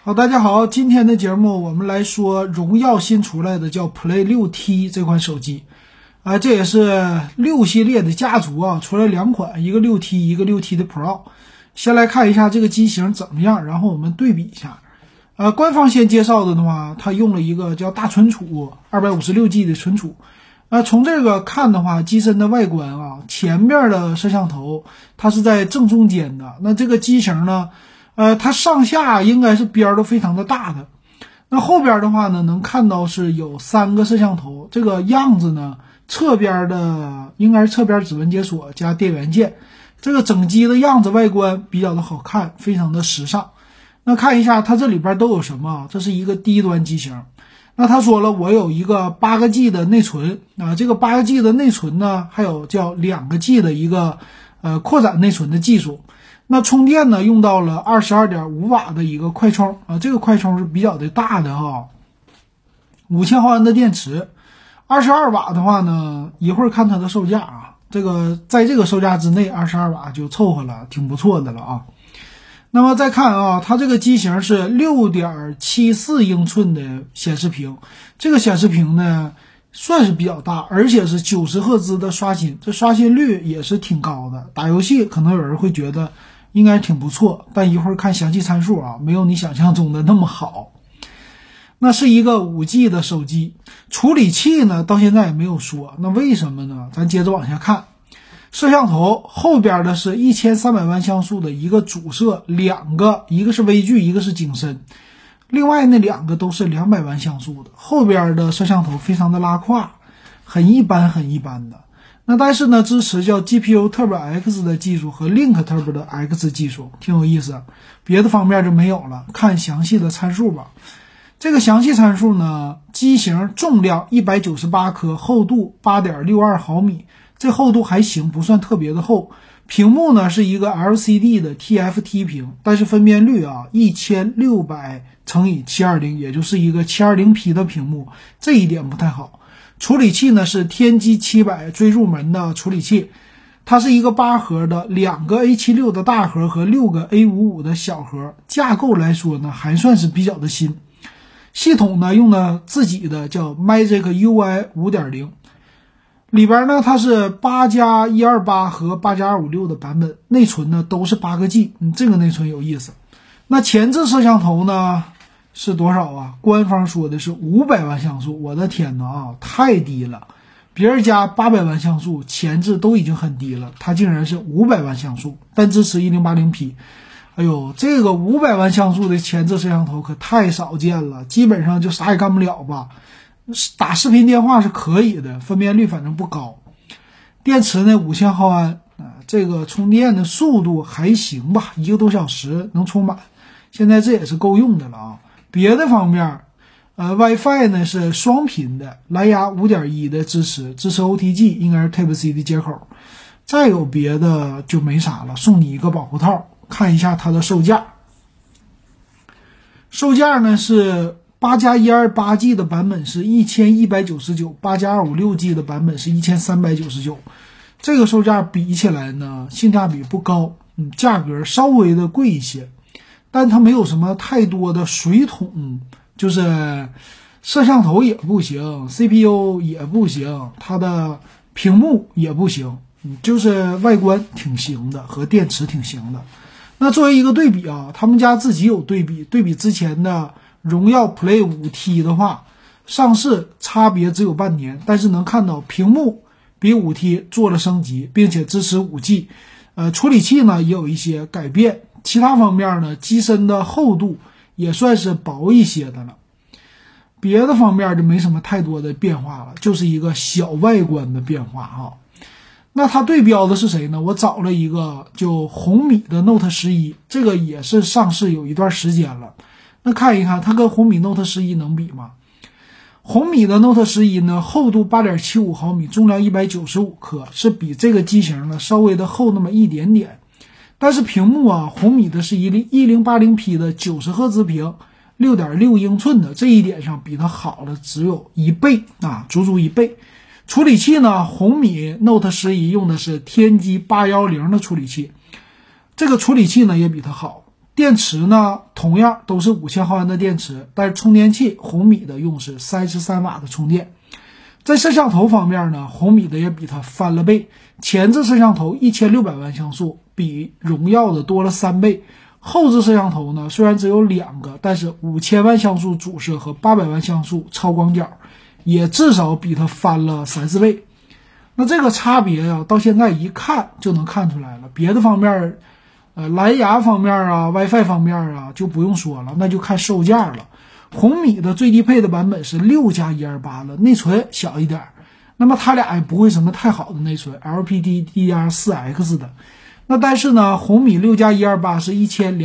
好，大家好，今天的节目我们来说荣耀新出来的叫 Play 6T 这款手机这也是6系列的家族出来两款，一个 6T 一个 6T 的 Pro。 先来看一下这个机型怎么样，然后我们对比一下。官方先介绍的话，它用了一个叫大存储 256G 的存储。从这个看的话，机身的外观前面的摄像头它是在正中间的，那这个机型呢它上下应该是边都非常的大的。那后边的话呢，能看到是有3个摄像头，这个样子呢，侧边的应该是侧边指纹解锁加电源键，这个整机的样子外观比较的好看，非常的时尚。那看一下它这里边都有什么，这是一个低端机型。那他说了，我有一个8个 G 的内存这个8个 G 的内存呢，还有叫2个 G 的一个扩展内存的技术。那充电呢，用到了 22.5 瓦的一个快充这个快充是比较的大的5000毫安的电池。22瓦的话呢，一会儿看它的售价这个在这个售价之内22瓦就凑合了，挺不错的了那么再看它这个机型是 6.74 英寸的显示屏，这个显示屏呢算是比较大，而且是90赫兹的刷新，这刷新率也是挺高的。打游戏可能有人会觉得应该挺不错，但一会儿看详细参数没有你想象中的那么好。那是一个 5G 的手机，处理器呢到现在也没有说，那为什么呢？咱接着往下看。摄像头后边的是1300万像素的一个主摄，2个，一个是微距，一个是景深，另外那2个都是200万像素的。后边的摄像头非常的拉胯，很一般的。那但是呢，支持叫 GPU Turbo X 的技术和 Link Turbo 的 X 技术，挺有意思。别的方面就没有了，看详细的参数吧。这个详细参数呢，机型重量198克，厚度 8.62 毫米，这厚度还行，不算特别的厚。屏幕呢是一个 LCD 的 TFT 屏，但是分辨率1600乘以720，也就是一个 720P 的屏幕，这一点不太好。处理器呢是天玑700最入门的处理器，它是一个8核的，2个 A76 的大核和6个 A55 的小核，架构来说呢还算是比较的新。系统呢用的自己的叫 Magic UI 5.0， 里边呢它是8+128和8+256的版本，内存呢都是8个 G， 这个内存有意思。那前置摄像头呢是多少官方说的是500万像素，我的天哪太低了。别人家800万像素前置都已经很低了，它竟然是500万像素，但支持 1080P。哎呦，这个500万像素的前置摄像头可太少见了，基本上就啥也干不了吧。打视频电话是可以的，分辨率反正不高。电池呢5000毫安这个充电的速度还行吧，1个多小时能充满，现在这也是够用的了别的方面WiFi 呢是双频的，蓝牙 5.1 的支持 OTG， 应该是 Type-C 的接口。再有别的就没啥了，送你一个保护套。看一下它的售价，售价呢是 8+128G 的版本是1199， 8+256G 的版本是1399。这个售价比起来呢性价比不高，价格稍微的贵一些，但它没有什么太多的水桶，就是摄像头也不行， CPU 也不行，它的屏幕也不行，就是外观挺行的和电池挺行的。那作为一个对比他们家自己有对比之前的荣耀 Play 5T 的话，上市差别只有半年，但是能看到屏幕比 5T 做了升级，并且支持 5G， 处理器呢也有一些改变，其他方面呢机身的厚度也算是薄一些的了，别的方面就没什么太多的变化了，就是一个小外观的变化那它对标的是谁呢？我找了一个就红米的 Note 11，这个也是上市有一段时间了。那看一看它跟红米 Note 11能比吗？红米的 Note 11呢，厚度 8.75 毫米，重量195克，是比这个机型呢稍微的厚那么一点点。但是屏幕红米的是1080P 的90赫兹屏，6.6英寸的，这一点上比它好了只有1倍足足1倍。处理器呢，红米 Note 11用的是天玑810的处理器，这个处理器呢也比它好， 电池呢，同样都是5000毫安的电池，但是充电器红米的用是33瓦的充电。在摄像头方面呢，红米的也比它翻了倍，前置摄像头1600万像素，比荣耀的多了3倍。后置摄像头呢，虽然只有2个，但是5000万像素主摄和800万像素超广角，也至少比它翻了3-4倍。那这个差别呀，到现在一看就能看出来了。别的方面，蓝牙方面啊 ，WiFi 方面啊，就不用说了，那就看售价了。红米的最低配的版本是6+128的，内存小一点，那么它俩也不会什么太好的内存 ，LPDDR4X 的。那但是呢，红米6+128是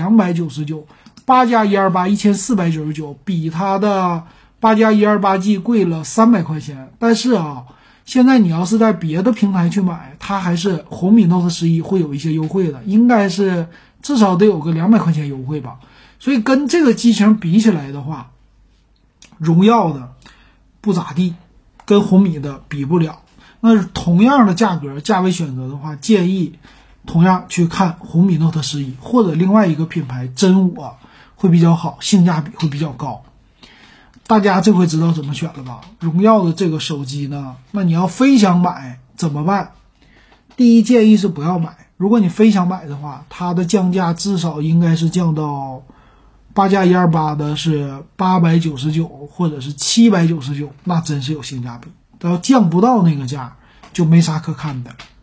1299，8+1281499，比它的8+128G 贵了300块钱。但是啊，现在你要是在别的平台去买，它还是红米 Note 11会有一些优惠的，应该是至少得有个200块钱优惠吧。所以跟这个机型比起来的话，荣耀的不咋地，跟红米的比不了。那同样的价位选择的话，建议同样去看红米 Note 11或者另外一个品牌真我会比较好，性价比会比较高。大家这回知道怎么选了吧？荣耀的这个手机呢，那你要非想买怎么办？第一建议是不要买。如果你非想买的话，它的降价至少应该是降到8+128的是899或者是799，那真是有性价比。但要降不到那个价，就没啥可看的。